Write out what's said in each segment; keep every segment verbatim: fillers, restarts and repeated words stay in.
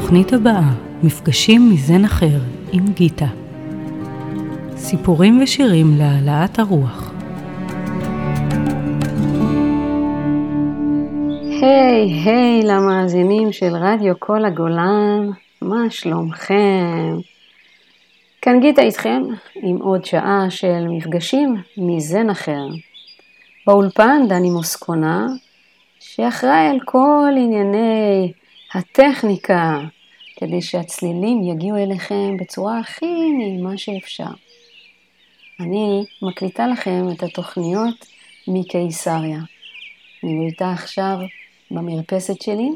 בתוכנית הבאה, מפגשים מזן אחר עם גיטה. סיפורים ושירים להעלאת הרוח. היי, היי למאזינים של רדיו כל הגולן, מה שלומכם? כאן גיטה איתכם עם עוד שעה של מפגשים מזן אחר. באולפן דני מוסקונה, שאחראי על כל ענייני הטכניקה, כדי שהצלילים יגיעו אליכם בצורה הכי נעימה שאפשר. אני מקליטה לכם את התוכניות מקיסריה. אני איתה עכשיו במרפסת שלי,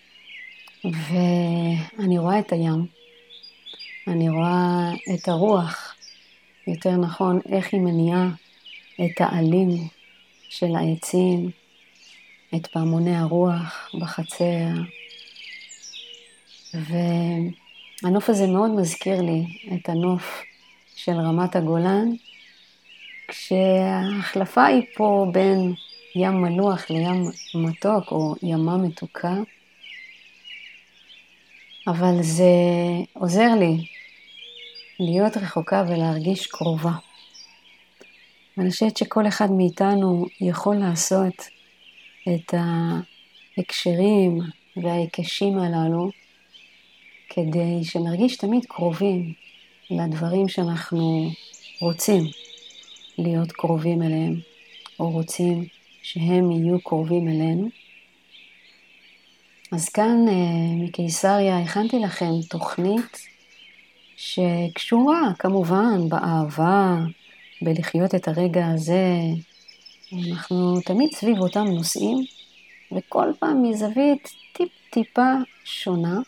ואני רואה את הים. אני רואה את הרוח, יותר נכון איך היא מניעה את העלים של העצים, את פעמוני הרוח בחצר. והנוף הזה מאוד מזכיר לי את הנוף של רמת הגולן, כשההחלפה היא פה בין ים מלוח לים מתוק או ימה מתוקה. אבל זה עוזר לי להיות רחוקה ולהרגיש קרובה. אני חושבת שכל אחד מאיתנו יכול לעשות את ההקשרים וההיקשים הללו, כדי שנרגיש תמיד קרובים לדברים שאנחנו רוצים להיות קרובים אליהם, או רוצים שהם יהיו קרובים אלינו. אז כאן מקיסריה הכנתי לכם תוכנית שקשורה כמובן באהבה, בלחיות את הרגע הזה. אנחנו תמיד סביב אותם נושאים, וכל פעם מזווית טיפ טיפה שונה.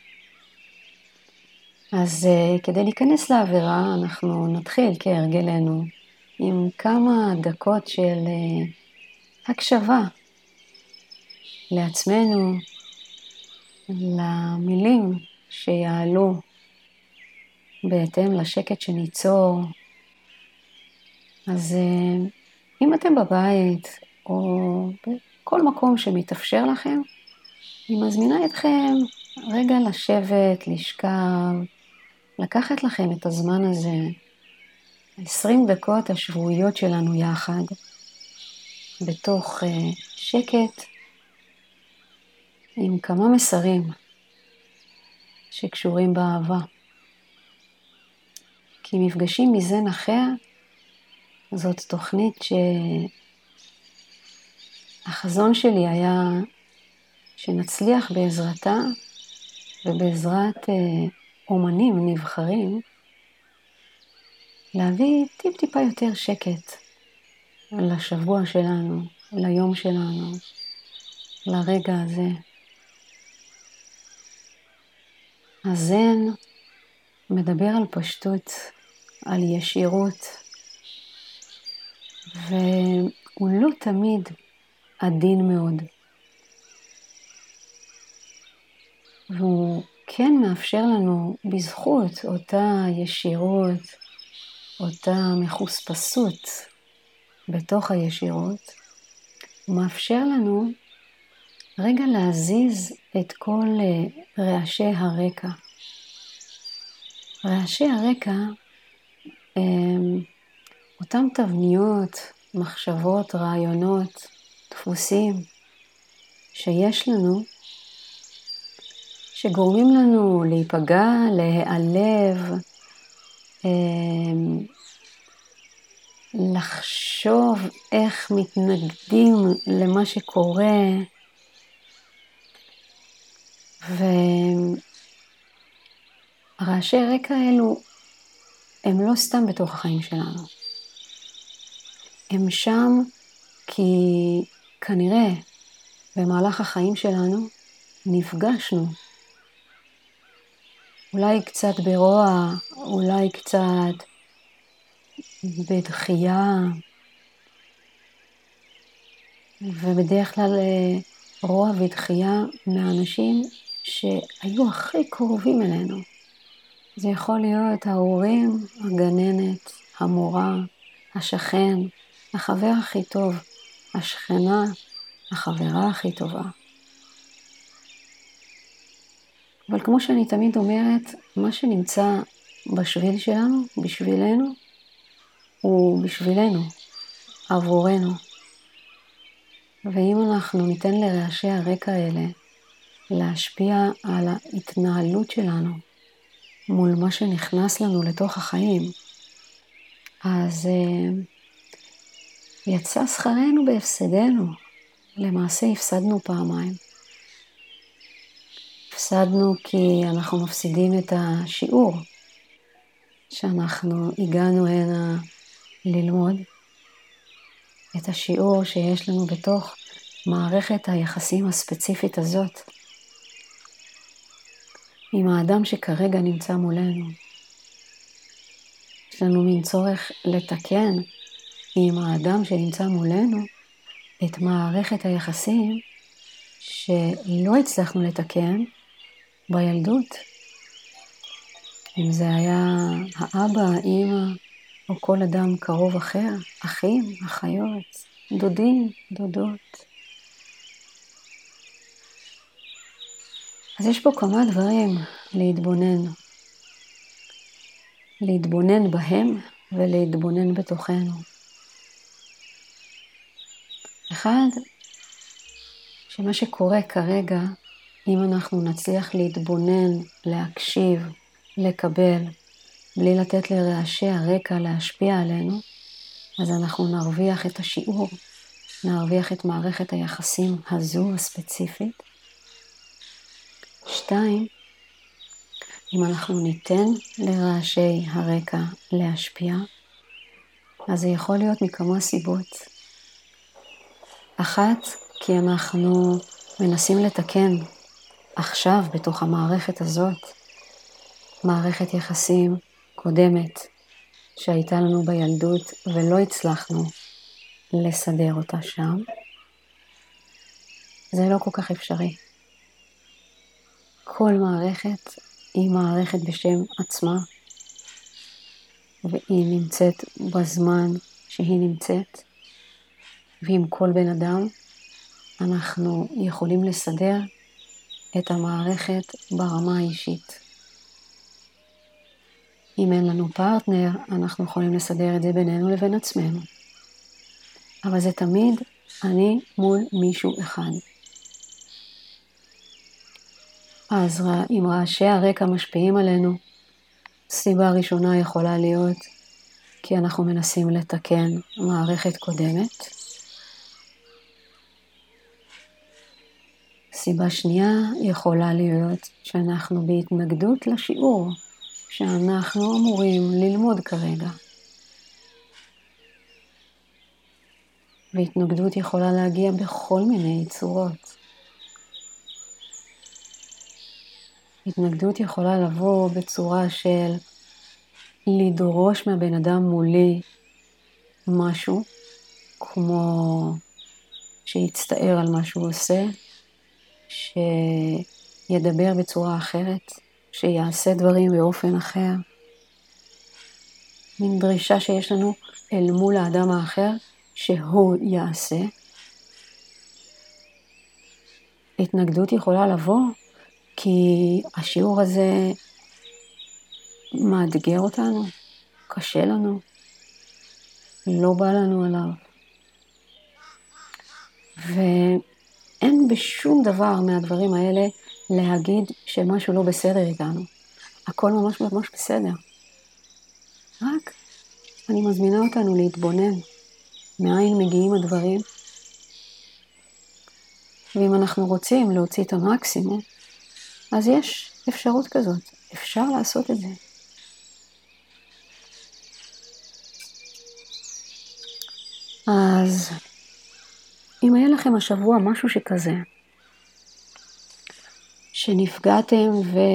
אז כדי להיכנס לאווירה אנחנו נתחיל כהרגלנו עם כמה דקות של הקשבה לעצמנו, למילים שיעלו בהתאם לשקט שניצור. אז אם אתם בבית או בכל מקום שמתאפשר לכם, אני מזמינה אתכם רגע לשבת, לשכב, לקחת לכם את הזמן הזה, עשרים דקות השבועיות שלנו יחד, בתוך שקט, עם כמה מסרים שקשורים באהבה. כי מפגשים מזן אחר, זאת תוכנית שהחזון שלי היה שנצליח בעזרתה ובעזרת אומנים נבחרים, להביא טיפ טיפה יותר שקט לשבוע שלנו, ליום שלנו, לרגע הזה. הזן מדבר על פשטות, על ישירות, והוא לא תמיד עדין מאוד. והוא כן מאפשר לנו בזכות אותה ישירות, אותה מחוספסות בתוך הישירות, הוא מאפשר לנו רגע להזיז את כל רעשי הרקע. רעשי הרקע הם אותם תבניות, מחשבות, רעיונות, דפוסים שיש לנו, שגורמים לנו להיפגע, להיעלב, לחשוב איך מתנגדים למה שקורה. ורעשי רקע האלו הם לא סתם בתוך החיים שלנו. הם שם כי כנראה במהלך החיים שלנו נפגשנו. אולי קצת ברוע, אולי קצת בדחייה, ובדרך כלל רוע ודחייה מהאנשים שהיו הכי קרובים אלינו. זה יכול להיות ההורים, הגננת, המורה, השכן, החבר הכי טוב, השכנה, החברה הכי טובה. אבל כמו שאני תמיד אומרת, מה שנמצא בשביל שלנו, בשבילנו, הוא בשבילנו, עבורנו. ואם אנחנו ניתן לרעשי הרקע האלה להשפיע על ההתנהלות שלנו מול מה שנכנס לנו לתוך החיים, אז uh, יצא שכרנו בהפסדנו. למעשה הפסדנו פעמיים. הפסדנו כי אנחנו מפסידים את השיעור שאנחנו הגענו הנה ללמוד, את השיעור שיש לנו בתוך מערכת היחסים הספציפית הזאת עם האדם שכרגע נמצא מולנו. יש לנו מין צורך לתקן עם האדם שנמצא מולנו את מערכת היחסים שלא הצלחנו לתקן בילדות. אם זה היה האבא, האמא, או כל אדם קרוב אחר, אחים, אחיות, דודים, דודות. אז יש פה כמה דברים להתבונן. להתבונן בהם ולהתבונן בתוכנו. אחד, שמה שקורה כרגע, אם אנחנו נצליח להתבונן, להקשיב, לקבל, בלי לתת לרעשי הרקע להשפיע עלינו, אז אנחנו נרוויח את השיעור, נרוויח את מערכת היחסים הזו הספציפית. שתיים, אם אנחנו ניתן לרעשי הרקע להשפיע, אז זה יכול להיות מכמה סיבות. אחת, כי אנחנו מנסים לתקן עכשיו בתוך המערכת הזאת, מערכת יחסים קודמת שהייתה לנו בילדות ולא הצלחנו לסדר אותה שם. זה לא כל כך אפשרי. כל מערכת היא מערכת בשם עצמה, והיא נמצאת בזמן שהיא נמצאת, ועם כל בן אדם אנחנו יכולים לסדר את המערכת ברמה האישית. אם אין לנו פרטנר, אנחנו יכולים לסדר את זה בינינו לבין עצמנו. אבל זה תמיד אני מול מישהו אחד. אז אם רעשי הרקע משפיעים עלינו, סיבה ראשונה יכולה להיות כי אנחנו מנסים לתקן מערכת קודמת. סיבה שנייה יכולה להיות שאנחנו בהתנגדות לשיעור שאנחנו אמורים ללמוד כרגע. והתנגדות יכולה להגיע בכל מיני צורות. התנגדות יכולה לבוא בצורה של לדרוש מהבן אדם מולי משהו, כמו שיצטער על מה שהוא עושה, שידבר בצורה אחרת, שיעשה דברים באופן אחר. מין דרישה שיש לנו אל מול האדם האחר שהוא יעשה. התנגדות יכולה לבוא כי השיעור הזה מאתגר אותנו, קשה לנו, לא בא לנו עליו. ואין בשום דבר מהדברים האלה להגיד שמשהו לא בסדר איתנו. הכל ממש ממש בסדר. רק אני מזמינה אותנו להתבונן מאין מגיעים הדברים. ואם אנחנו רוצים להוציא את המקסימום, אז יש אפשרות כזאת. אפשר לעשות את זה. אז אם היה לכם השבוע משהו שכזה, שנפגעתם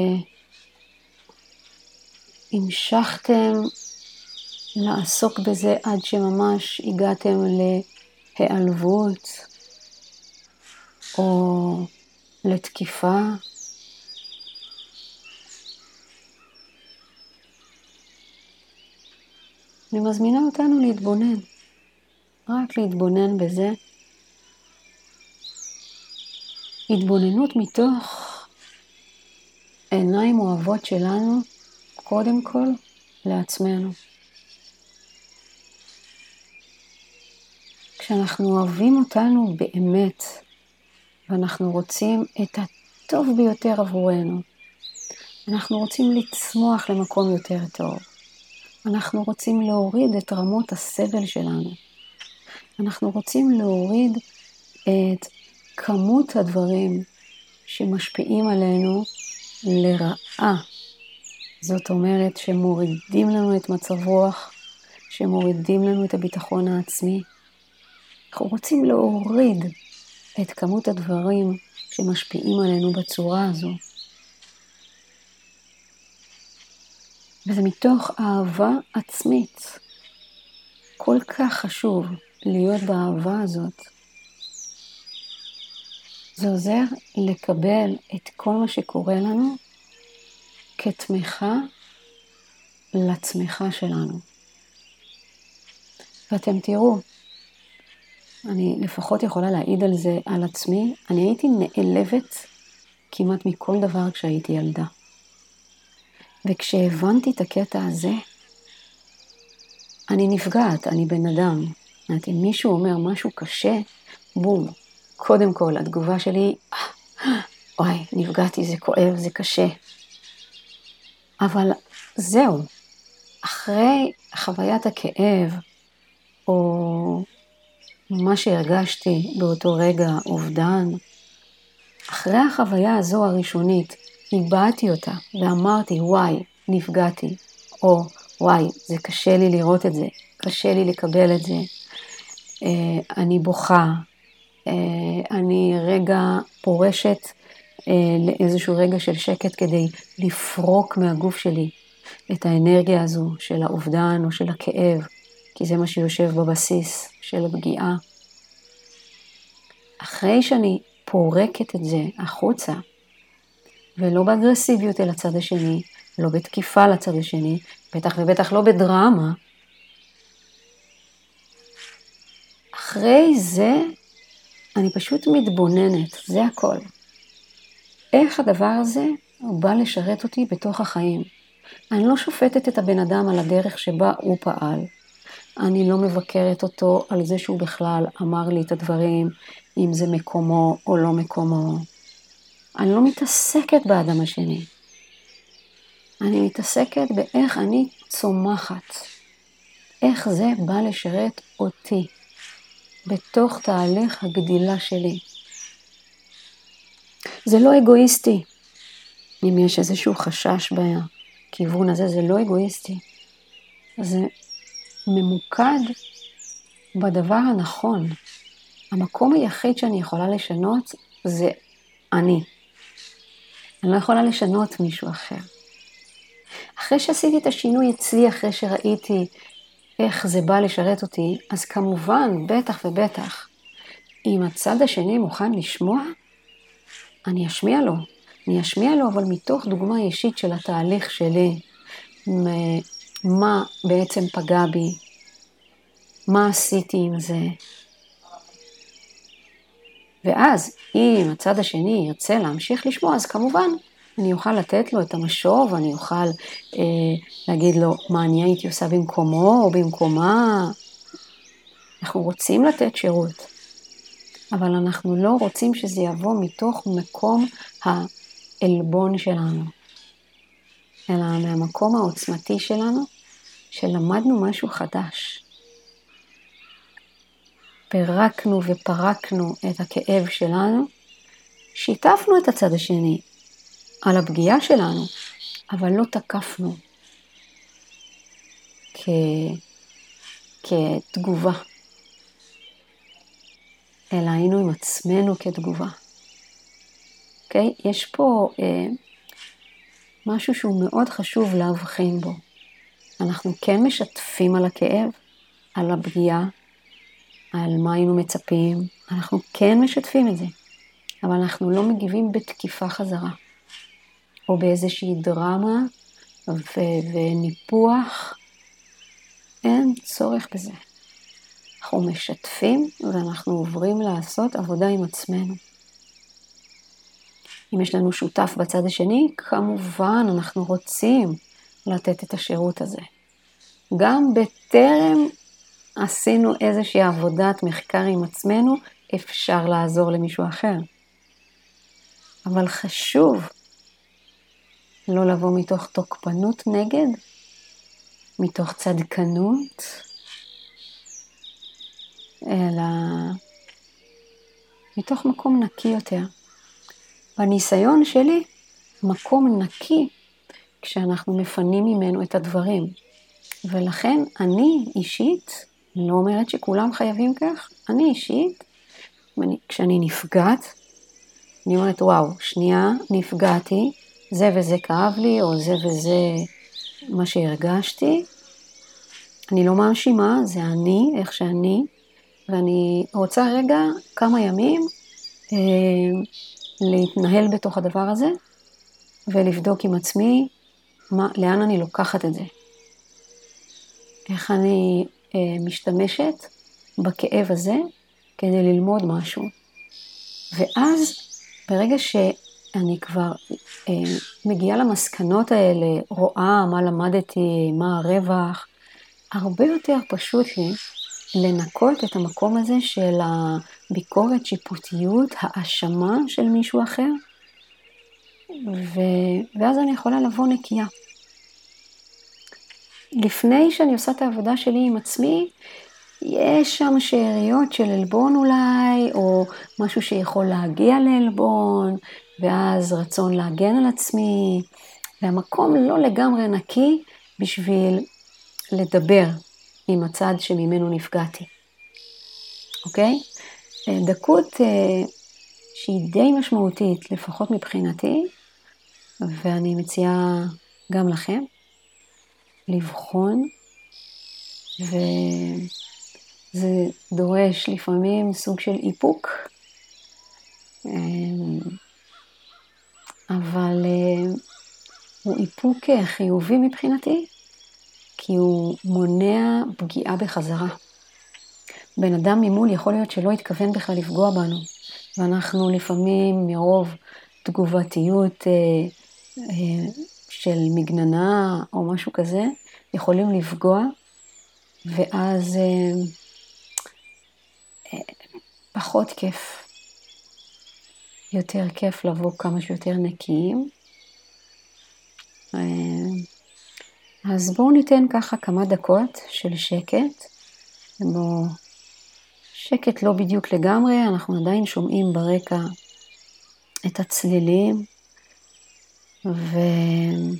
והמשכתם לעסוק בזה עד שממש הגעתם להיעלבות או לתקיפה, אני מזמינה אותנו להתבונן, רק להתבונן בזה. התבוננות מתוך עיניים אוהבות שלנו, קודם כל, לעצמנו. כשאנחנו אוהבים אותנו באמת, ואנחנו רוצים את הטוב ביותר עבורנו, אנחנו רוצים לצמוח למקום יותר טוב, אנחנו רוצים להוריד את רמות הסבל שלנו, אנחנו רוצים להוריד את כמות הדברים שמשפיעים עלינו לרעה. זאת אומרת שמורידים לנו את מצב רוח, שמורידים לנו את הביטחון העצמי. אנחנו רוצים להוריד את כמות הדברים שמשפיעים עלינו בצורה הזו. וזה מתוך אהבה עצמית. כל כך חשוב להיות באהבה הזאת. זה עוזר לקבל את כל מה שקורה לנו כתמיכה לצמיחה שלנו. ואתם תראו, אני לפחות יכולה להעיד על זה על עצמי, אני הייתי נעלבת כמעט מכל דבר כשהייתי ילדה. וכשהבנתי את הקטע הזה, אני נפגעת, אני בן אדם. זאת, אם מישהו אומר משהו קשה, בום. קודם כל, התגובה שלי, אוי, נפגעתי, זה כואב, זה קשה. אבל זהו, אחרי חוויית הכאב, או מה שהרגשתי באותו רגע, אובדן, אחרי החוויה הזו הראשונית, איבדתי אותה ואמרתי, וואי, נפגעתי, או וואי, זה קשה לי לראות את זה, קשה לי לקבל את זה, אה, אני בוכה, אה, אני רגע פורשת אה, לאיזשהו רגע של שקט כדי לפרוק מהגוף שלי את האנרגיה הזו של האובדן או של הכאב, כי זה מה שיושב בבסיס של הפגיעה. אחרי שאני פורקת את זה החוצה, ולא באגרסיביות אל הצד השני, לא בתקיפה לצד השני, בטח ובטח לא בדרמה, אחרי זה אני פשוט מתבוננת, זה הכל. איך הדבר הזה בא לשרת אותי בתוך החיים. אני לא שופטת את הבן אדם על הדרך שבה הוא פעל. אני לא מבקרת אותו על זה שהוא בכלל אמר לי את הדברים, אם זה מקומו או לא מקומו. אני לא מתעסקת באדם השני. אני מתעסקת באיך אני צומחת. איך זה בא לשרת אותי בתוך תהליך הגדילה שלי. זה לא אגואיסטי. אם יש איזשהו חשש בכיוון הזה, זה לא אגואיסטי. זה ממוקד בדבר הנכון. המקום היחיד שאני יכולה לשנות זה אני. אני לא יכולה לשנות מישהו אחר. אחרי שעשיתי את השינוי אצלי, אחרי שראיתי איך זה בא לשרת אותי, אז כמובן, בטח ובטח, אם הצד השני מוכן לשמוע, אני אשמיע לו. אני אשמיע לו, אבל מתוך דוגמה אישית של התהליך שלי, מה בעצם פגע בי, מה עשיתי עם זה. ואז, אם הצד השני ירצה להמשיך לשמוע, אז כמובן, אני אוכל לתת לו את המשוב, אני אוכל אה, להגיד לו מה אני הייתי עושה במקומו או במקומה. אנחנו רוצים לתת שירות, אבל אנחנו לא רוצים שזה יבוא מתוך מקום העלבון שלנו, אלא מהמקום העוצמתי שלנו, שלמדנו משהו חדש. פרקנו ופרקנו את הכאב שלנו, שיתפנו את הצד השני על הפגיעה שלנו, אבל לא תקפנו כ... כתגובה, אלא היינו עם עצמנו כתגובה. אוקיי? Okay? יש פה אה, משהו שהוא מאוד חשוב להבחין בו. אנחנו כן משתפים על הכאב, על הפגיעה, על מה היינו מצפים, אנחנו כן משתפים את זה, אבל אנחנו לא מגיבים בתקיפה חזרה, או באיזושהי דרמה ו- וניפוח. אין צורך בזה. אנחנו משתפים ואנחנו עוברים לעשות עבודה עם עצמנו. אם יש לנו שותף בצד השני, כמובן אנחנו רוצים לתת את השירות הזה. גם בטרם עשינו איזושהי עבודת מחקר עם עצמנו, אפשר לעזור למישהו אחר. אבל חשוב לא לבוא מתוך תוקפנות נגד, מתוך צדקנות, אלא מתוך מקום נקי יותר. בניסיון שלי, מקום נקי כשאנחנו מפנים ממנו את הדברים. ולכן אני אישית, לא אומרת שכולם חייבים כך, אני אישית, כשאני נפגעת, אני אומרת וואו, שנייה, נפגעתי, זה וזה כאב לי, או זה וזה מה שהרגשתי. אני לא מאשימה, זה אני, איך שאני, ואני רוצה רגע כמה ימים אה, להתנהל בתוך הדבר הזה, ולבדוק עם עצמי מה, לאן אני לוקחת את זה. איך אני אה, משתמשת בכאב הזה כדי ללמוד משהו. ואז ברגע שאני כבר אה, מגיעה למסקנות האלה, רואה מה למדתי, מה הרווח, הרבה יותר פשוט לי לנקות את המקום הזה של הביקורת, שיפוטיות, האשמה של מישהו אחר, ו... ואז אני יכולה לבוא נקייה. לפני שאני עושה את העבודה שלי עם עצמי, יש שם שאריות של אלבון אולי, או משהו שיכול להגיע לאלבון, ואז רצון להגן על עצמי, והמקום לא לגמרי נקי בשביל לדבר עם הצד שממנו נפגעתי. אוקיי? דקות שהיא די משמעותית, לפחות מבחינתי, ואני מציעה גם לכם, לבחון, וזה דורש לפעמים סוג של איפוק, אבל הוא איפוק חיובי מבחינתי, כי הוא מונע פגיעה בחזרה. בן אדם ממול יכול להיות שלא התכוון בכלל לפגוע בנו, ואנחנו לפעמים מרוב תגובתיות אה, אה, של מגננה או משהו כזה, יכולים לפגוע, ואז אה, אה, פחות כיף. יותר כיף לבוא כמה שיותר נקיים. אה, אז בואו ניתן ככה כמה דקות של שקט. בואו... שקט לא בדיוק לגמרי, אנחנו עדיין שומעים ברקע את הצלילים, ונראה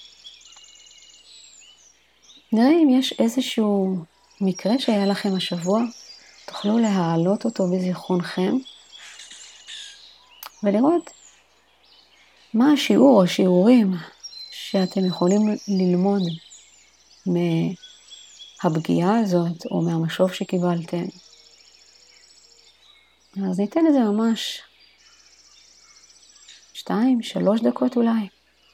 אם יש איזשהו מקרה שהיה לכם השבוע, תוכלו להעלות אותו בזיכרונכם, ולראות מה השיעור או שיעורים שאתם יכולים ללמוד מהפגיעה הזאת, או מהמשוב שקיבלתם. אז ניתן לזה ממש שתיים, שלוש דקות אולי.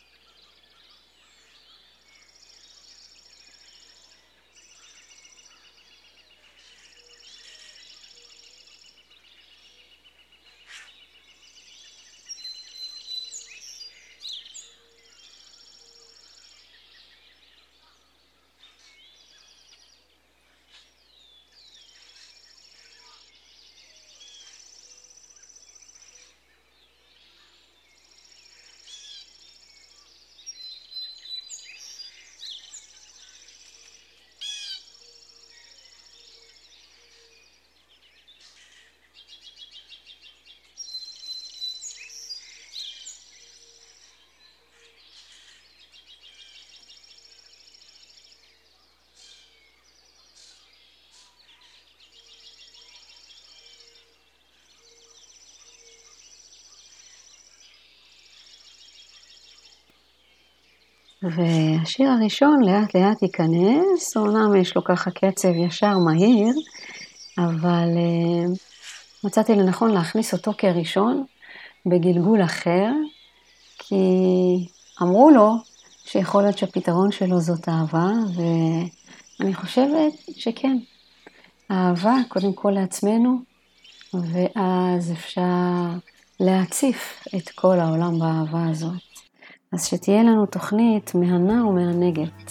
והשיר הראשון לאט לאט ייכנס, אומנם יש לו ככה קצב ישר מהיר, אבל uh, מצאתי לנכון להכניס אותו כראשון בגלגול אחר, כי אמרו לו שיכול להיות שהפתרון שלו זאת אהבה, ואני חושבת שכן, אהבה קודם כל לעצמנו, ואז אפשר להציף את כל העולם באהבה הזאת. אז שתהיה לנו תוכנית מהנה ומענגת.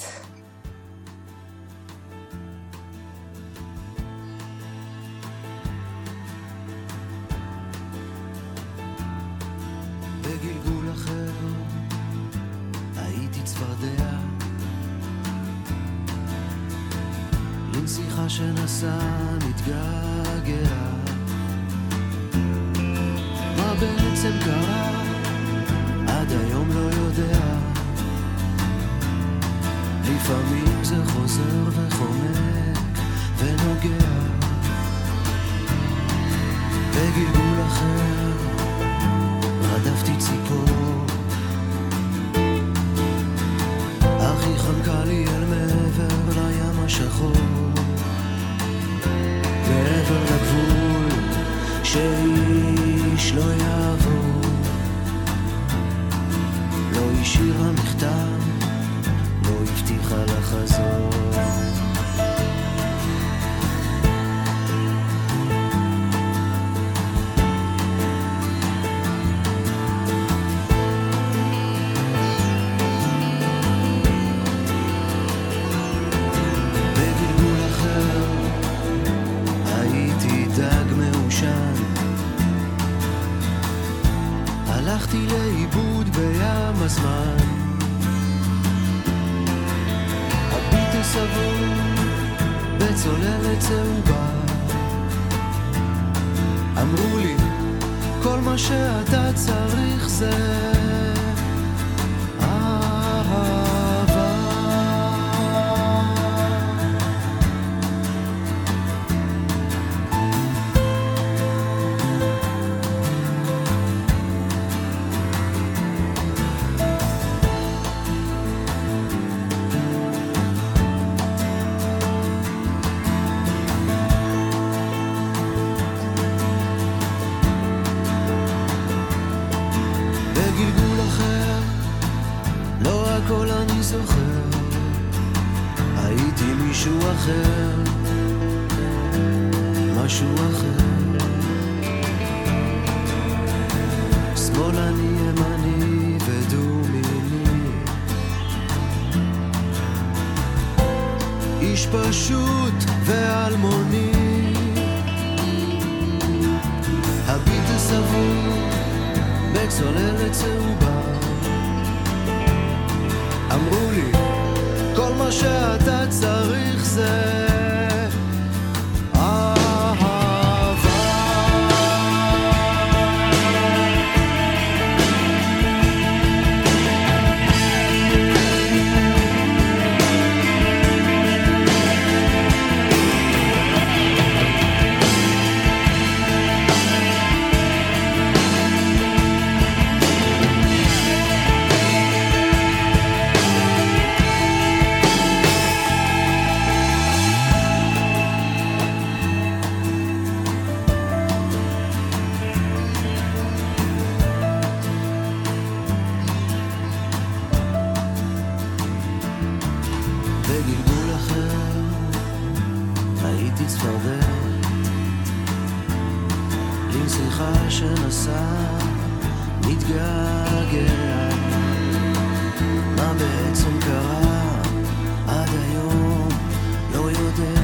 בגלגול אחר הייתי צפרדע, לנסיכה שנסע מתגעגע. מה בעצם קרה? עד היום לא יודע. לפעמים זה חוזר וחומק ונוגע. בגלגול אחר רדפתי ציפור, אך היא חמקה לי אל מעבר לים השחור, מעבר לגבול שאיש לא יעבור. לא השאירה מכתב, לא הבטיחה לחזור. בגלגול אחר הייתי דג מעושן, הלכתי לאיבוד בים הזמן. הביט סבור בצוללת צהובה, אמרו לי כל מה שאתה צריך זה אהבה. בגלגול אחר לא הכל אני זוכר, הייתי מישהו אחר, משהו אחר, שמאלני ימני ודו-מיני, איש פשוט ואלמוני. הביט סבור בצוללת צהובה, אמרו לי כל מה שאתה צריך זה בגלגול אחר הייתי צפרדע, לנסיכה שנסע מתגעגע. מה בעצם קרה? עד היום לא יודע.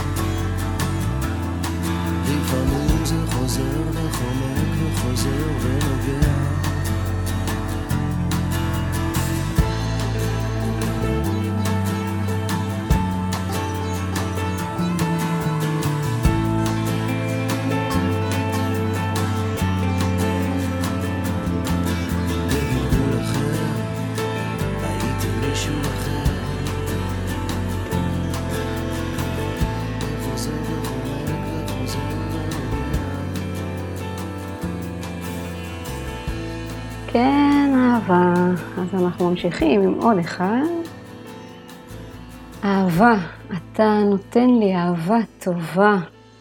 לפעמים זה חוזר וחומק וחוזר ונוגע. כן, אהבה. אז אנחנו ממשיכים עם עוד אחד. אהבה, אתה נותן לי אהבה טובה,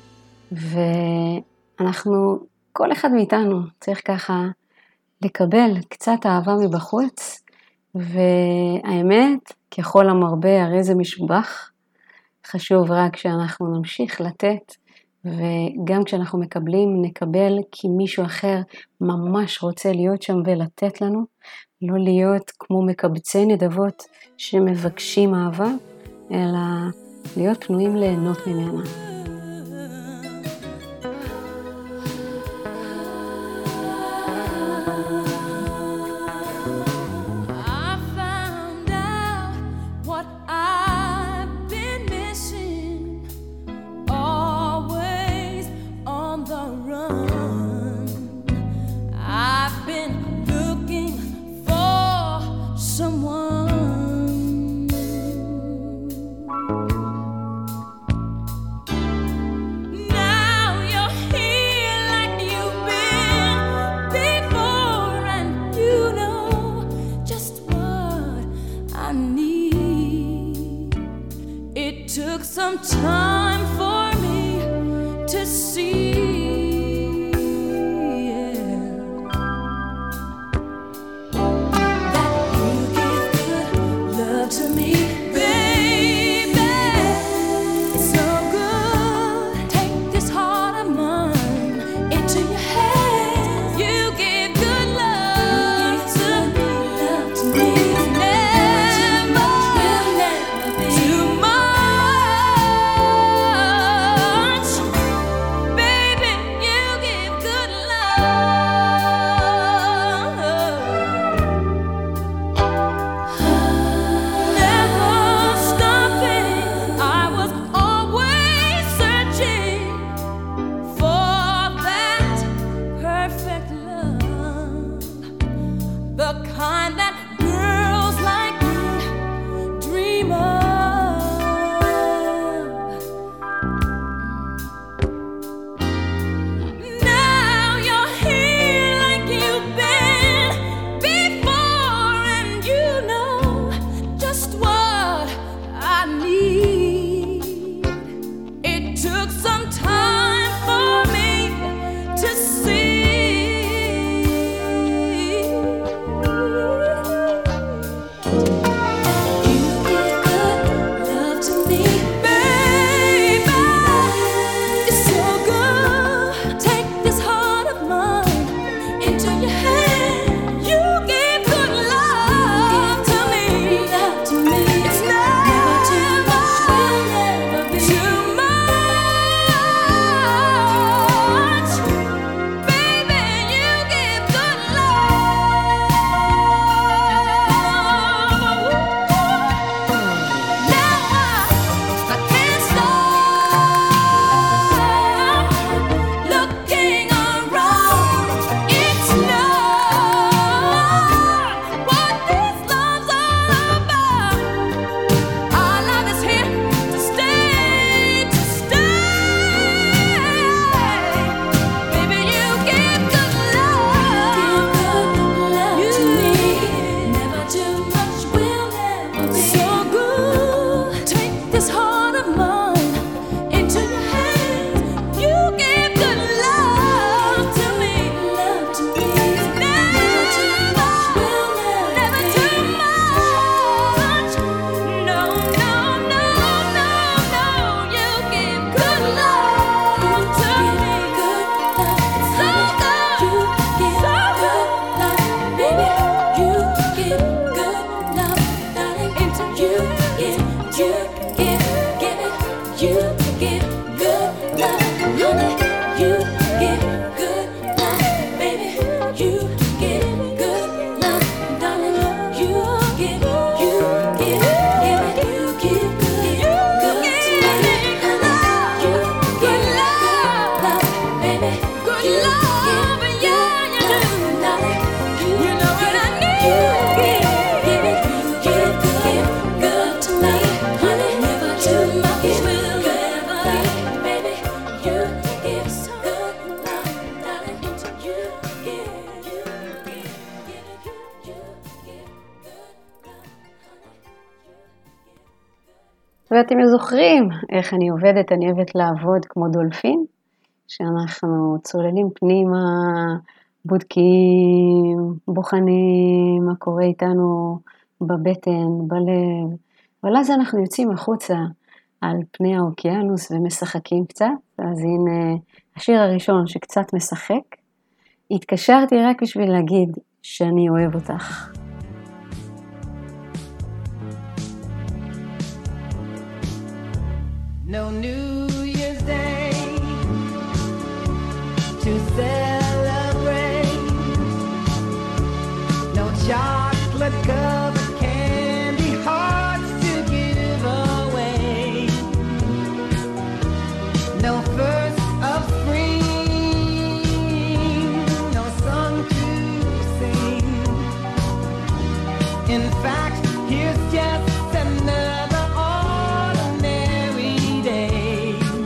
ואנחנו, כל אחד מאיתנו צריך ככה לקבל קצת אהבה מבחוץ, והאמת, ככל המרבה הרי זה משובח. חשוב רק שאנחנו נמשיך לתת וגם כשאנחנו מקבלים, נקבל כי מישהו אחר ממש רוצה להיות שם ולתת לנו, לא להיות כמו מקבצי נדבות שמבקשים אהבה, אלא להיות פנויים ליהנות ממנה. Some time for me to see yeah, that you give good love to me, baby. It's so good. Take this heart of mine into your hands. You give good love to me, love to me. Never, will never be too much. ואתם זוכרים איך אני עובדת, אני אוהבת לעבוד כמו דולפין, שאנחנו צוללים פנימה, בודקים, בוחנים, מה קורה איתנו בבטן, בלב, אבל אז אנחנו יוצאים החוצה, על פני האוקיינוס ומשחקים קצת, אז הנה השיר הראשון שקצת משחק. התקשרתי רק בשביל להגיד שאני אוהב אותך. No New Year's Day to celebrate, no chocolate covered candy hearts to give away, no first of spring, no song to sing. In fact, here's just another ordinary day.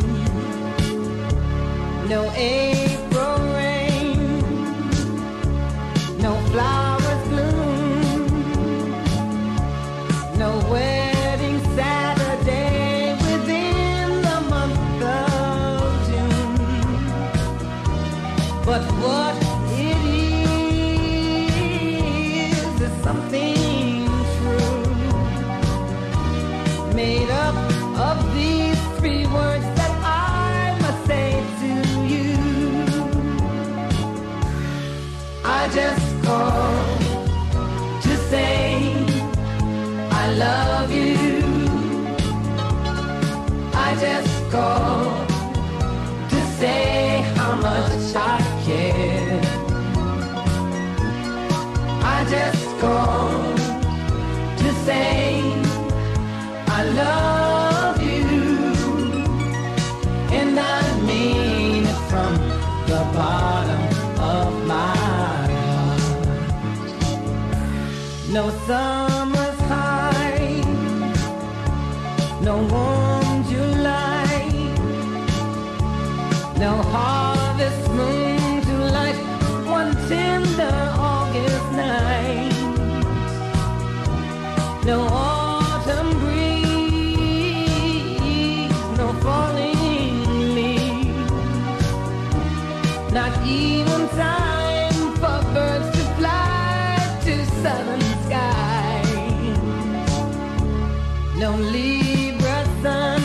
No April rain, no flowers bloom, no wedding Saturday within the month of June. But what it is is something true, made up of these three words that I must say to you. I just called to say I love you. I just called to say how much I care. I just called to say I love you, and I mean it from the bottom of my heart. No summer's high, no warm July, no harvest moon to light one tender August night, no autumn breeze, no falling leaves, not even time for birds to fly to southern skies, no Libra sun,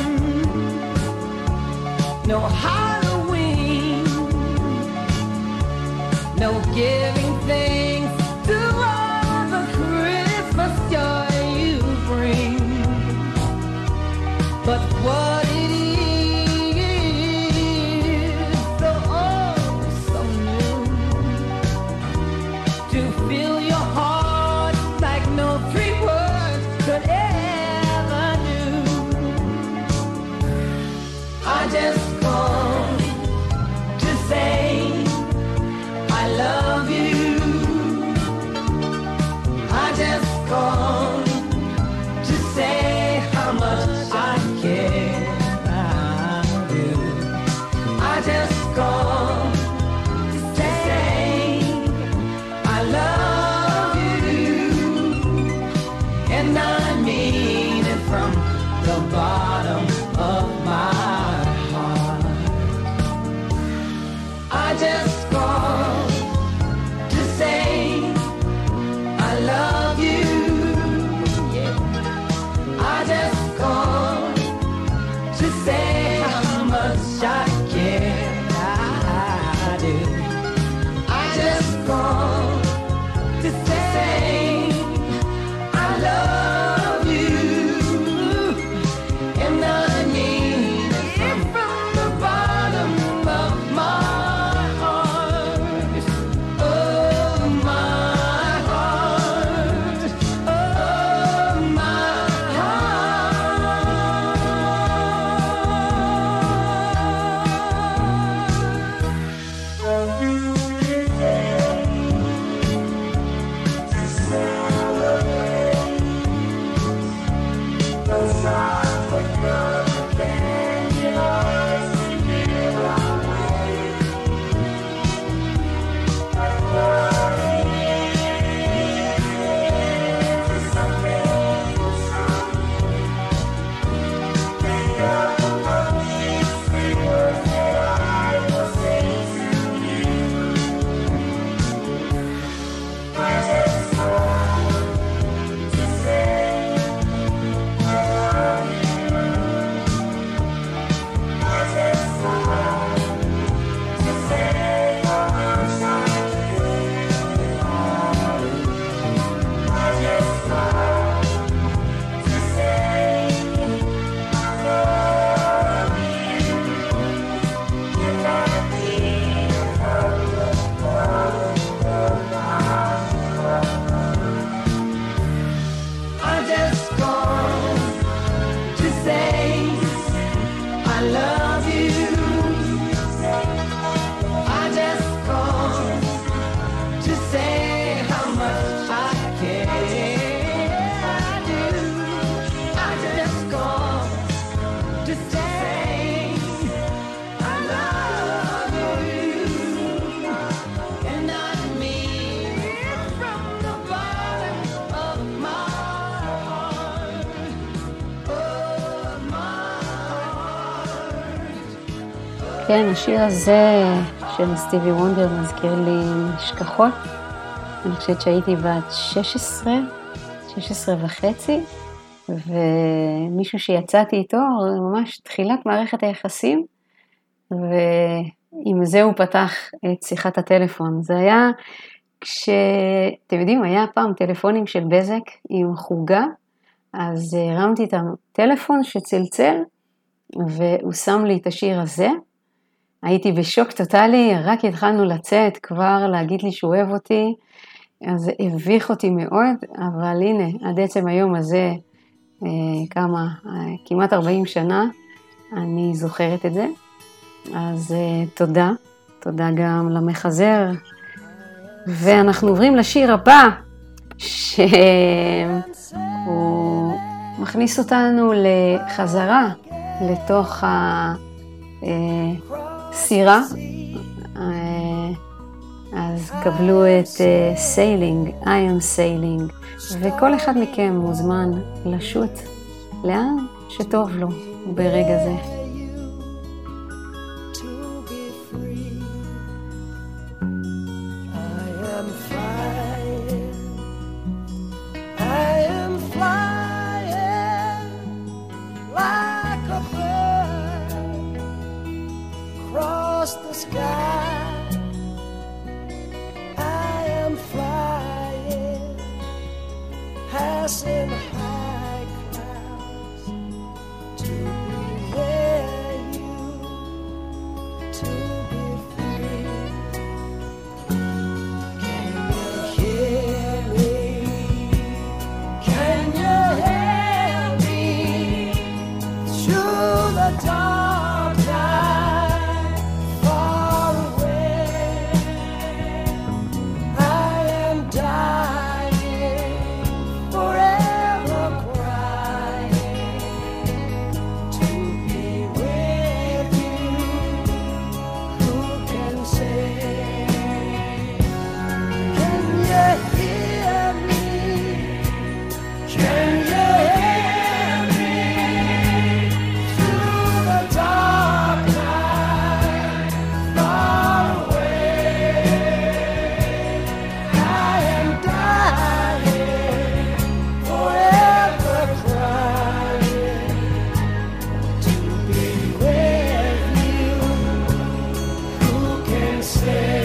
no Halloween, no giving thanks to all the Christmas joy you bring. But what it is, so oh, so new, to fill your heart like no three words could ever do. כן, השיר הזה של סטיבי וונדר מזכיר לי נשכחות. אני חושבת שהייתי בת שש עשרה, שש עשרה וחצי, ומישהו שיצאתי איתו, ממש תחילת מערכת היחסים, ועם זה הוא פתח את שיחת הטלפון. זה היה כשאתם יודעים, היה פעם טלפונים של בזק עם חוגה, אז הרמתי את הטלפון שצלצל, והוא שם לי את השיר הזה. הייתי בשוק טוטלי, רק התחלנו לצאת כבר להגיד לי שהוא אוהב אותי, אז זה הביך אותי מאוד, אבל הנה, עד עצם היום הזה, אה, כמה, אה, כמעט ארבעים שנה, אני זוכרת את זה. אז אה, תודה, תודה גם למחזר. ואנחנו עוברים לשיר הבא, שהוא מכניס אותנו לחזרה לתוך הסירה. אז קבלו את Sailing, I am Sailing, וכל אחד מכם מוזמן לשוט לאן שטוב לו ברגע זה. The sky, I am flying, passing high clouds to be where you, to be free. Can you hear me? Can you hear me through the dark night? Far away, I am dying, forever crying to be with you. Who can say? Can you hear me? Can you hear me through the dark night? Far away, I am dying, forever crying to be with you. Who can say?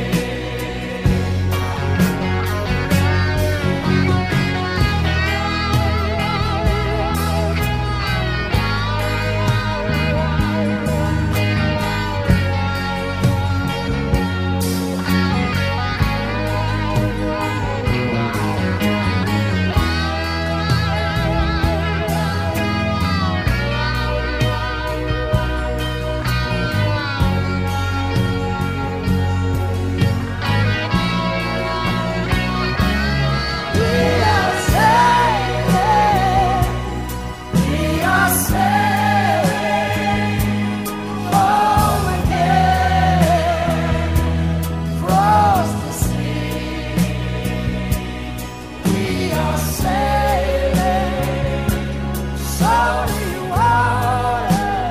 We are sailing, we are sailing home again, across the sea. We are sailing salty water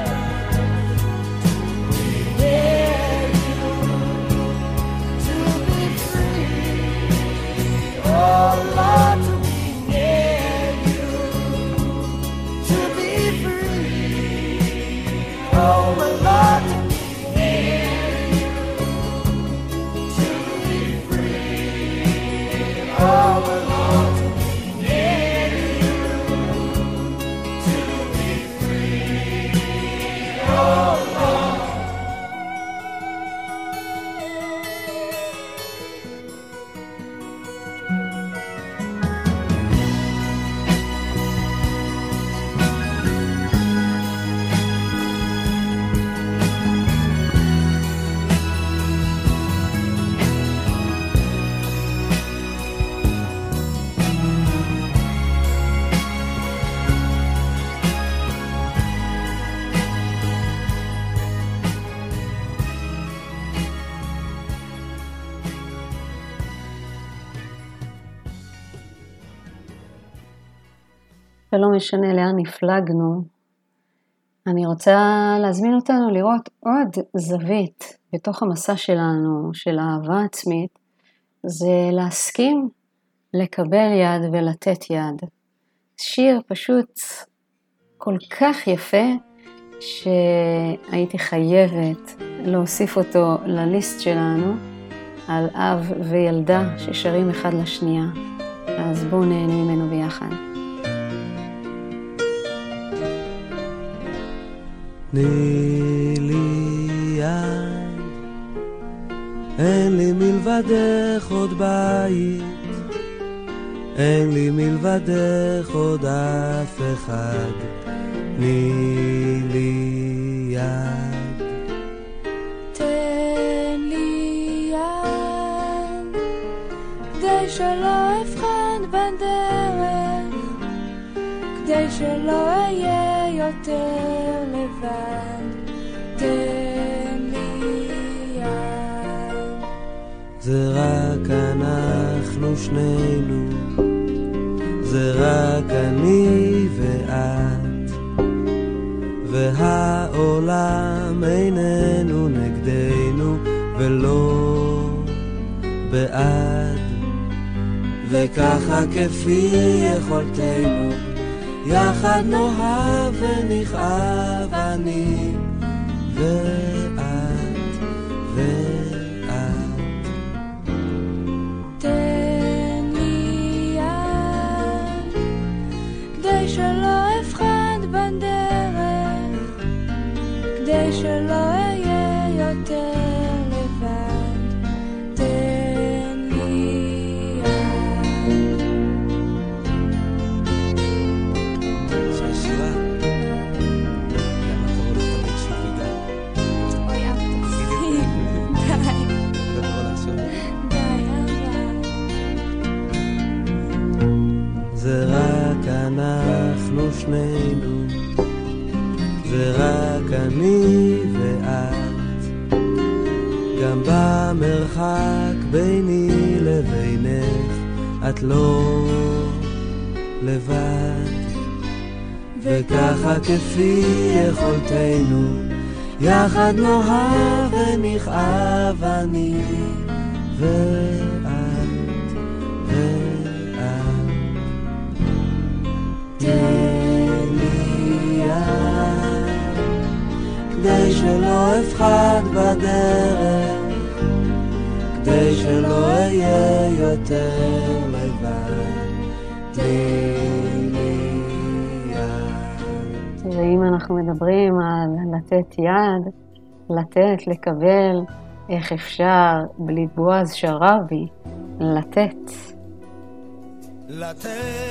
to be near you, to be free. Oh Lord, to be near you, to be free. Oh my Lord, to be near you, to be free. Oh my Lord, to be near you, to be free. Oh Lord. ולא משנה לאן נפלגנו, אני רוצה להזמין אותנו לראות עוד זווית בתוך המסע שלנו, של אהבה עצמית, זה להסכים לקבל יד ולתת יד. שיר פשוט כל כך יפה, שהייתי חייבת להוסיף אותו לליסט שלנו, על אב וילדה ששרים אחד לשנייה. אז בואו נהנה ממנו ביחד. תני לי יד, אין לי מלבדך עוד בית, אין לי מלבדך עוד אף אחד. תני לי יד, תן לי יד, כדי שלא אבחן בדרך, כדי שלא אהיה יותר לבד. תן לי יד. זה רק אנחנו שנינו, זה רק אני ואת, והעולם איננו נגדנו ולא בעד. וככה כפי יכולתנו, יחד נאהב ונכאב אני ואת ואת. תן לי יד, כדי שלא אבחן בדרך, כדי שלא אהיה יותר לבד. תן לי יד. שהשירה, למה קראו לך תמיד שובידה? אוי, אל תפסיק. די, לא קראו לך שוב. די, אבל. זה רק אנחנו שנינו, זה רק אני ואת, גם במרחק ביני לבינך את לא לבד. וככה כפי יכולתנו, יחד נאהב ונכאב אני ואת ואת. תן לי יד, כדי שלא אבחד בדרך, כדי שלא אהיה יותר לבד. תן לי יד. ואם אנחנו מדברים על לתת יד, לתת, לקבל, איך אפשר בלי בועז שרבי, לתת. לתת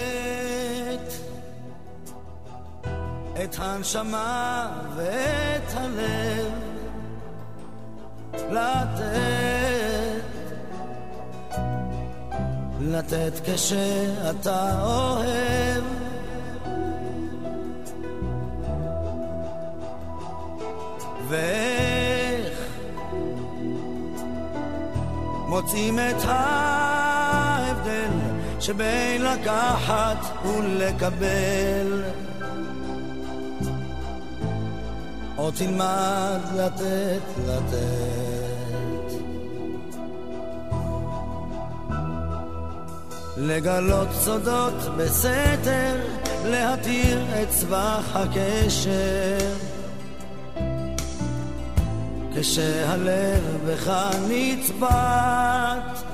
את הנשמה ואת הלב, לתת, לתת כשאתה אוהב, ואיך מוצאים את ההבדל שבין לקחת ולקבל. או תלמד לתת, לתת, לגלות סודות בסתר, להתיר את צבח הקשר, כשהלב בך נצבט,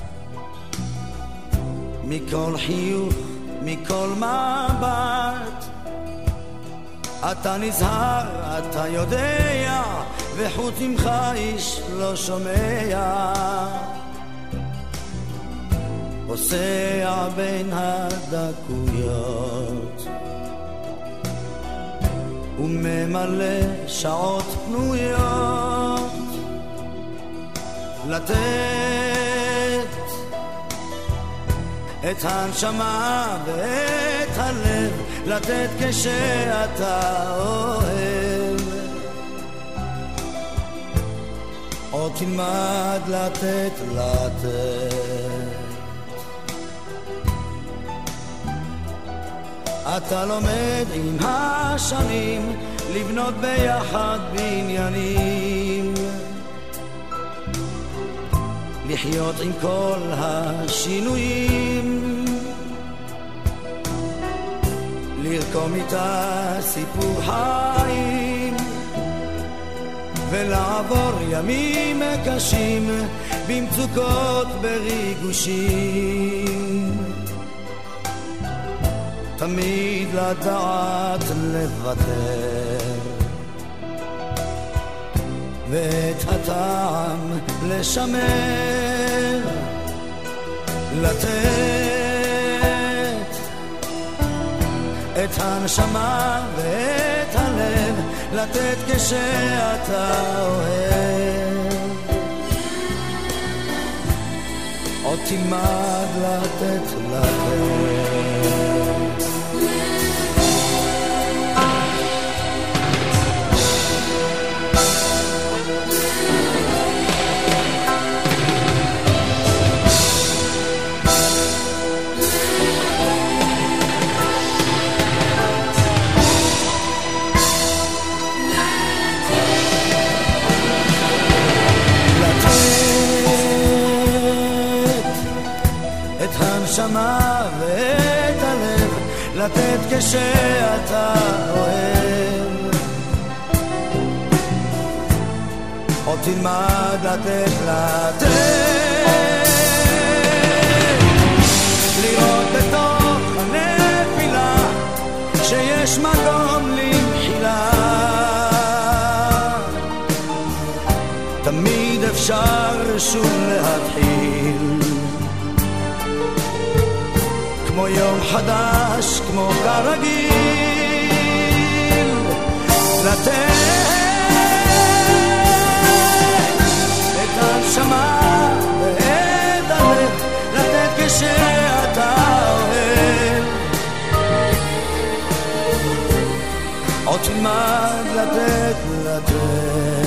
מכל חיוך, מכל מבט, אתה נזהר, אתה יודע, וחוץ ממך איש לא שומע, פוסע בין הדקויות וממלא שעות פנויות. לתת את הנשמה ואת הלב, לתת כשאתה אוהב, או תלמד לתת, לתת. אתה לומד עם השנים לבנות ביחד בניינים, לחיות עם כל השינויים, לרקום איתה סיפור חיים, ולעבור ימים קשים במצוקות בריגושים, תמיד לדעת לוותר ואת הטעם לשמר, לתת את הנשמה ואת הלב, לתת כשאתה אוהב, עוד תלמד לתת לתת. הנשמה ואת הלב, לתת כשאתה אוהב, עוד תלמד לתת לתת, לראות בתוך הנפילה שיש מקום למחילה, תמיד אפשר שוב להתחיל, כמו יום חדש, כמו כרגיל, לתת את הנשמה ואת הלב, לתת כשאתה אוהב, עוד תלמד לתת לתת.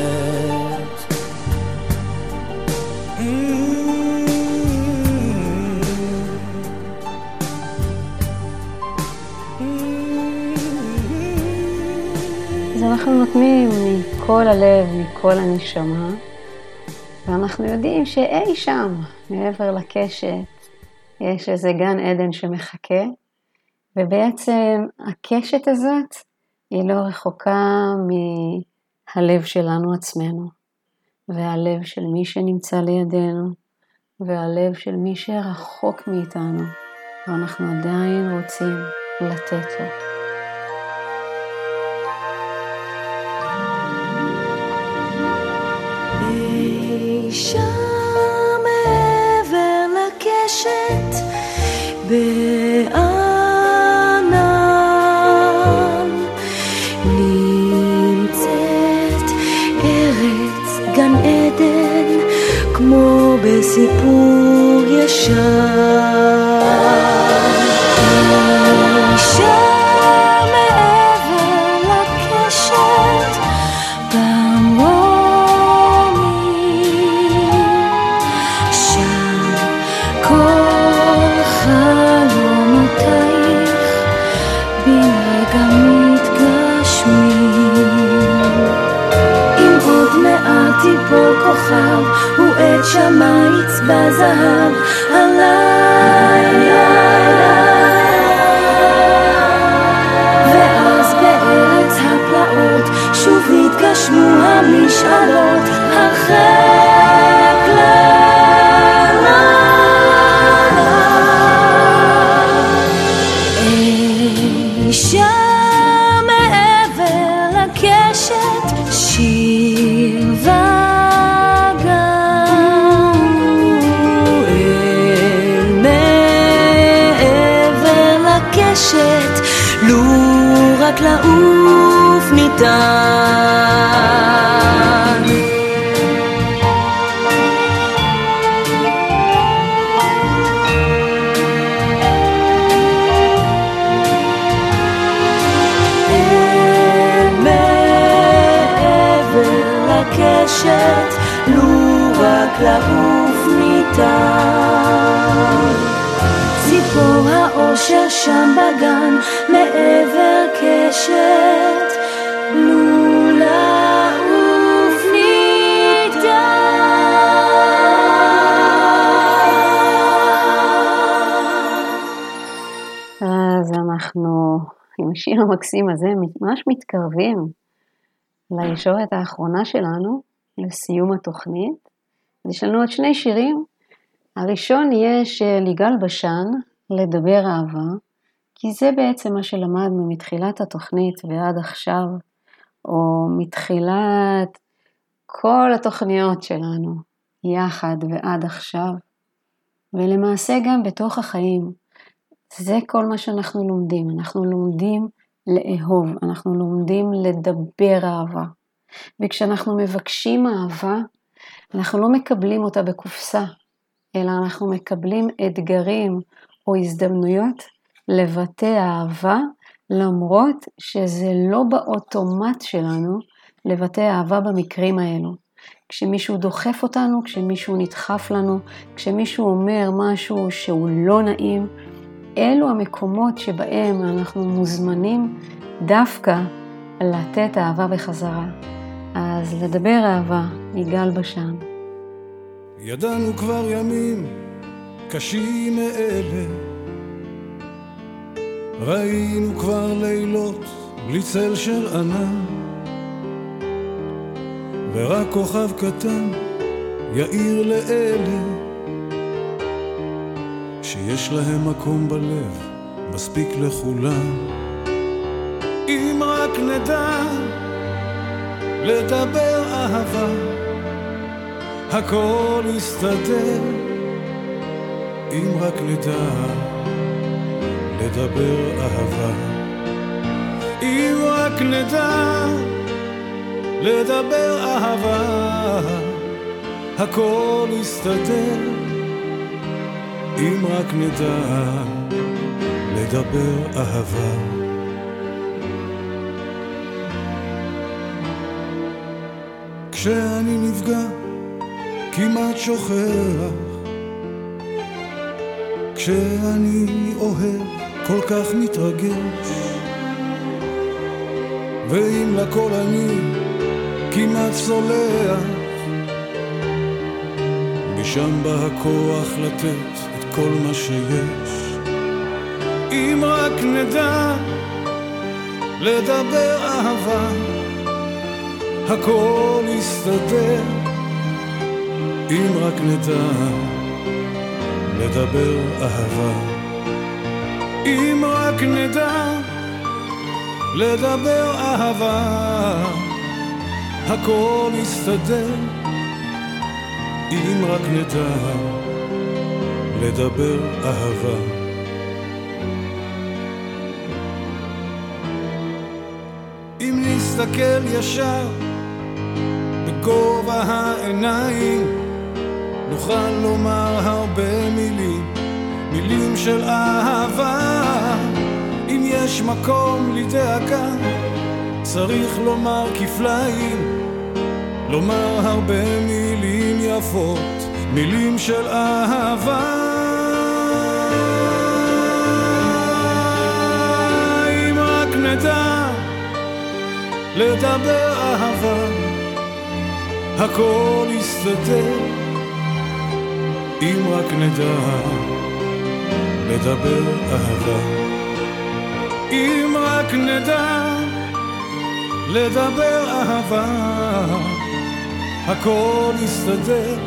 אז אנחנו נותנים מכל הלב, מכל הנשמה, ואנחנו יודעים שאי שם, מעבר לקשת, יש איזה גן עדן שמחכה, ובעצם הקשת הזאת היא לא רחוקה מהלב שלנו עצמנו, והלב של מי שנמצא לידינו, והלב של מי שרחוק מאיתנו, ואנחנו עדיין רוצים לתת לו. שם מעבר לקשת בענן נמצאת ארץ גן עדן כמו בסיפור ישן, שם מעבר לקשת טיפול כוכב ואת שמייץ בזהב הלילה, ואז בארץ הפלאות שוב התגשמו המשאלות הרחק לנה, אי שם מעבר לקשת שיר לו רק לעוף ניתן, אל מעבר לקשת, לו רק לעוף ניתן, ציפור האושר שם בגן מעבר קשת, לו לעוף ניתן. אז אנחנו עם השיר המקסים הזה ממש מתקרבים לישורת האחרונה שלנו, לסיום התוכנית. אז יש לנו עוד שני שירים. הראשון יהיה של יגאל בשן, לדבר אהבה, כי זה בעצם מה שלמדנו מתחילת התוכנית ועד עכשיו, או מתחילת כל התוכניות שלנו, יחד ועד עכשיו, ולמעשה גם בתוך החיים. זה כל מה שאנחנו לומדים, אנחנו לומדים לאהוב, אנחנו לומדים לדבר אהבה. וכשאנחנו מבקשים אהבה, אנחנו לא מקבלים אותה בקופסה, אלא אנחנו מקבלים אתגרים או הזדמנויות לבטא אהבה, למרות שזה לא באוטומט שלנו לבטא אהבה במקרים האלו. כשמישהו דוחף אותנו, כשמישהו נדחף לנו, כשמישהו אומר משהו שהוא לא נעים, אלו המקומות שבהם אנחנו מוזמנים דווקא לתת אהבה בחזרה. אז לדבר אהבה, יגאל בשן. ידענו כבר ימים קשים מאלה, ראינו כבר לילות בלי צל של ענן, ורק כוכב קטן יאיר לאלה שיש להם מקום בלב, מספיק לכולם. אם רק נדע לדבר אהבה, הכל יסתדר. אם רק נדע לדבר אהבה, אם רק נדע לדבר אהבה, הכל יסתדר. אם רק נדע לדבר אהבה. כשאני נפגע כמעט שוכח, כשאני אוהב כל כך מתרגש, ואם לכל אני כמעט סולח, משם בא הכוח לתת את כל מה שיש. אם רק נדע לדבר אהבה, הכל יסתדר. אם רק נדע לדבר אהבה, אם רק נדע לדבר אהבה, הכל יסתדר. אם רק נדע לדבר אהבה. אם נסתכל ישר בגובה העיניים, נוכל לומר הרבה מילים, מילים של אהבה. אם יש מקום לדאגה, צריך לומר כפליים, לומר הרבה מילים יפות, מילים של אהבה. אם רק נדע לדבר אהבה, הכל יסתדר. אם רק נדע לדבר אהבה, אם רק נדע לדבר אהבה, הכל יסתדר.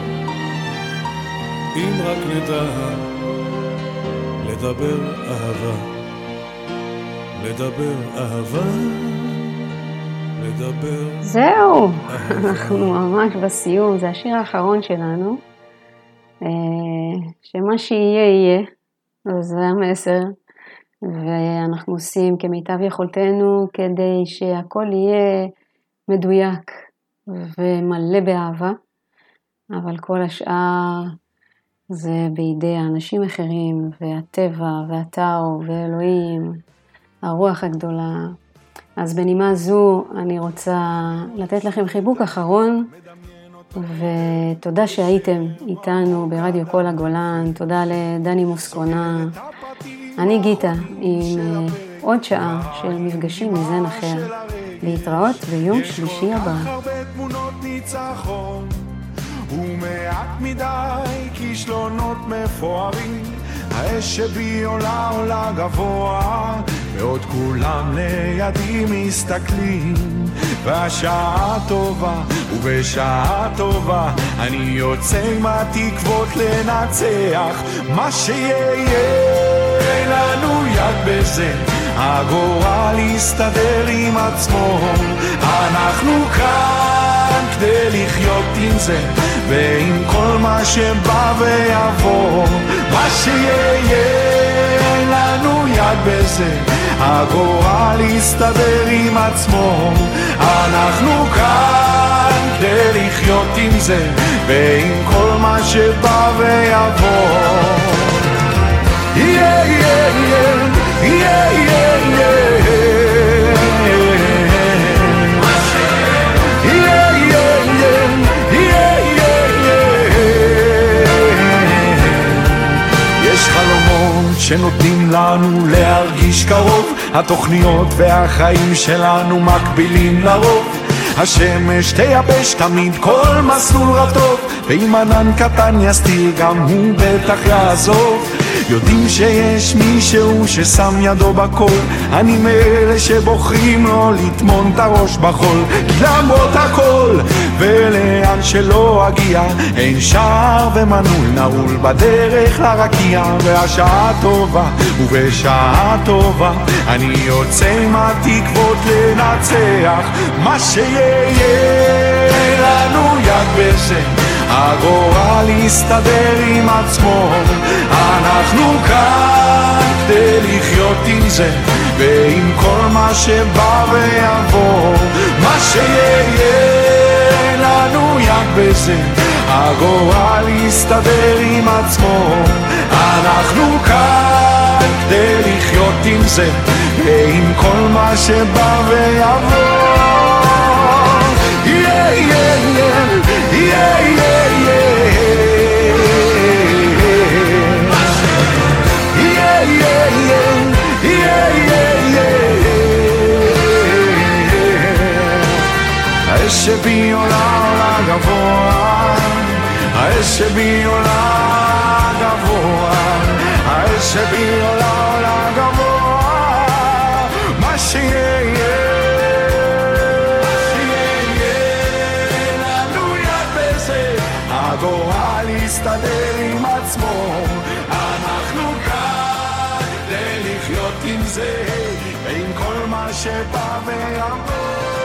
אם רק נדע לדבר אהבה, לדבר אהבה, לדבר. זהו, אנחנו ממש בסיום, זה השיר האחרון שלנו, שמה שיהיה יהיה, אז זה המסר, ואנחנו עושים כמיטב יכולתנו כדי שהכל יהיה מדויק ומלא באהבה, אבל כל השאר זה בידי האנשים אחרים, והטבע והטאו ואלוהים, הרוח הגדולה. אז בנימה זו אני רוצה לתת לכם חיבוק אחרון, ותודה שהייתם איתנו ברדיו כל הגולן. תודה לדני מוסקונה. אני גיטה עם עוד שעה של מפגשים מזן אחר. להתראות ביום שלישי הבא. יש כל כך הרבה תמונות ניצחון ומעט מדי כישלונות מפוארים. האש שבי עולה עולה גבוה ועוד כולם לידי מסתכלים. והשעה טובה ובשעה טובה אני יוצא עם התקוות לנצח מה שיהיה. לנו יד בזה, הגורל יסתדר עם עצמו. אנחנו כאן כדי לחיות עם זה ועם כל מה שבא ויבוא. מה שיהיה לנו יד בזה, הגורל יסתדר עם עצמו. אנחנו כאן כדי לחיות עם זה ועם כל מה שבא ויבוא. Yeah, yeah, yeah, yeah, yeah, yeah. Yeah, yeah, yeah, yeah, yeah, yeah. יש חלומות שנותנים לנו להרגיש קרוב, התוכניות והחיים שלנו מקבילים לרוב. השמש תייבש תמיד כל מסלול רטוב, ואם ענן קטן יסתיר גם הוא בטח יעזוב. יודעים שיש מישהו ששם ידו בכל, אני מאלה שבוחרים לא לטמון את הראש בחול. כי למרות הכל ולאן שלא אגיע, אין שער ומנעול נעול בדרך לרקיע. והשעה טובה ובשעה טובה אני יוצא עם התקוות לנצח מה שיהיה. לנו יד בזה, הגורל יסתדר עם עצמו. אנחנו כאן כדי לחיות עם זה ועם כל מה שבא ויבוא. מה שיהיה לנו יד בזה, הגורל יסתדר עם עצמו. אנחנו כאן כדי לחיות עם זה ועם כל מה שבא ויבוא. Yeah, yeah, yeah, yeah, yeah, yeah. Yeah, yeah, yeah, yeah, yeah, yeah. האש שבי עולה עולה גבוה, האש שבי עולה גבוה, האש שבי עולה עולה גבוה. מה שיהיה הגורל יסתדר עם עצמו. אנחנו כאן כדי לחיות עם זה ועם כל מה שבא ויבוא.